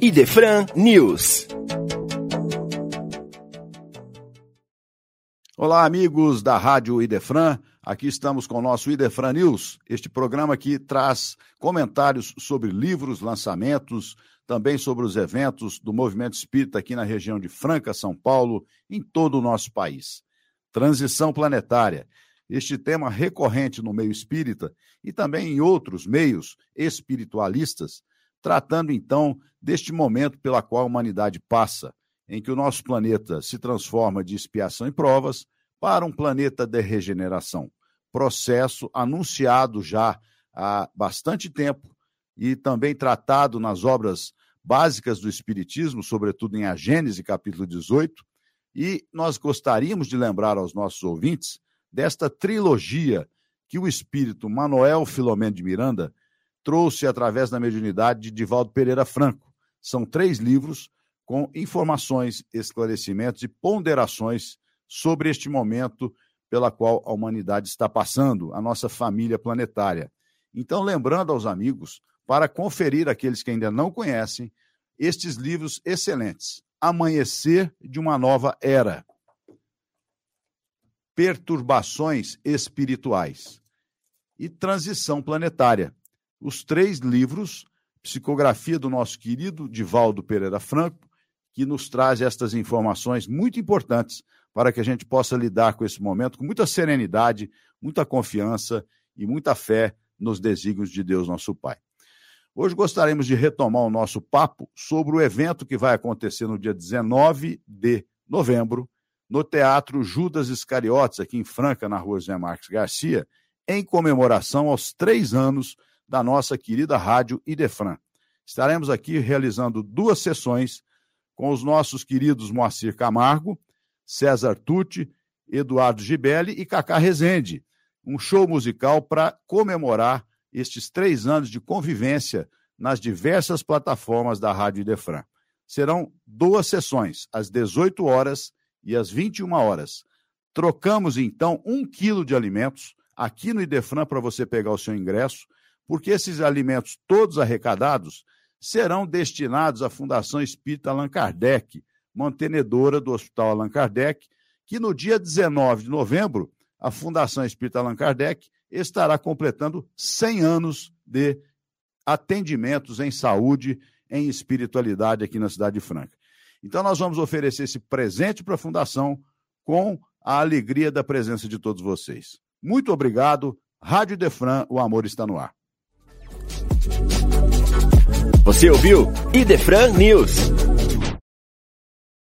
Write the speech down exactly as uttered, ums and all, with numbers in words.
Idefran News. Olá, amigos da Rádio Idefran. Aqui estamos com o nosso Idefran News. Este programa aqui traz comentários sobre livros, lançamentos, também sobre os eventos do movimento espírita aqui na região de Franca, São Paulo, em todo o nosso país. Transição planetária. Este tema recorrente no meio espírita e também em outros meios espiritualistas, tratando então deste momento pela qual a humanidade passa, em que o nosso planeta se transforma de expiação e provas para um planeta de regeneração. Processo anunciado já há bastante tempo e também tratado nas obras básicas do Espiritismo, sobretudo em A Gênese, capítulo dezoito, e nós gostaríamos de lembrar aos nossos ouvintes desta trilogia que o espírito Manuel Filomeno de Miranda trouxe através da mediunidade de Divaldo Pereira Franco. São três livros com informações, esclarecimentos e ponderações sobre este momento pela qual a humanidade está passando, a nossa família planetária. Então, lembrando aos amigos, para conferir aqueles que ainda não conhecem, estes livros excelentes. Amanhecer de uma Nova Era. Perturbações Espirituais e Transição Planetária. Os três livros, psicografia do nosso querido Divaldo Pereira Franco, que nos traz estas informações muito importantes para que a gente possa lidar com esse momento com muita serenidade, muita confiança e muita fé nos desígnios de Deus, nosso Pai. Hoje gostaríamos de retomar o nosso papo sobre o evento que vai acontecer no dia dezenove de novembro, no Teatro Judas Iscariotes, aqui em Franca, na rua José Marques Garcia, em comemoração aos três anos da nossa querida Rádio Idefran. Estaremos aqui realizando duas sessões com os nossos queridos Moacir Camargo, César Tucci, Eduardo Gibelli e Cacá Rezende. Um show musical para comemorar estes três anos de convivência nas diversas plataformas da Rádio Idefran. Serão duas sessões, às dezoito horas e às vinte e uma horas. Trocamos, então, um quilo de alimentos aqui no Idefran para você pegar o seu ingresso, porque esses alimentos todos arrecadados serão destinados à Fundação Espírita Allan Kardec, mantenedora do Hospital Allan Kardec, que no dia dezenove de novembro, a Fundação Espírita Allan Kardec estará completando cem anos de atendimentos em saúde, em espiritualidade aqui na cidade de Franca. Então nós vamos oferecer esse presente para a Fundação com a alegria da presença de todos vocês. Muito obrigado. Rádio Idefran, o amor está no ar. Você ouviu Idefran News.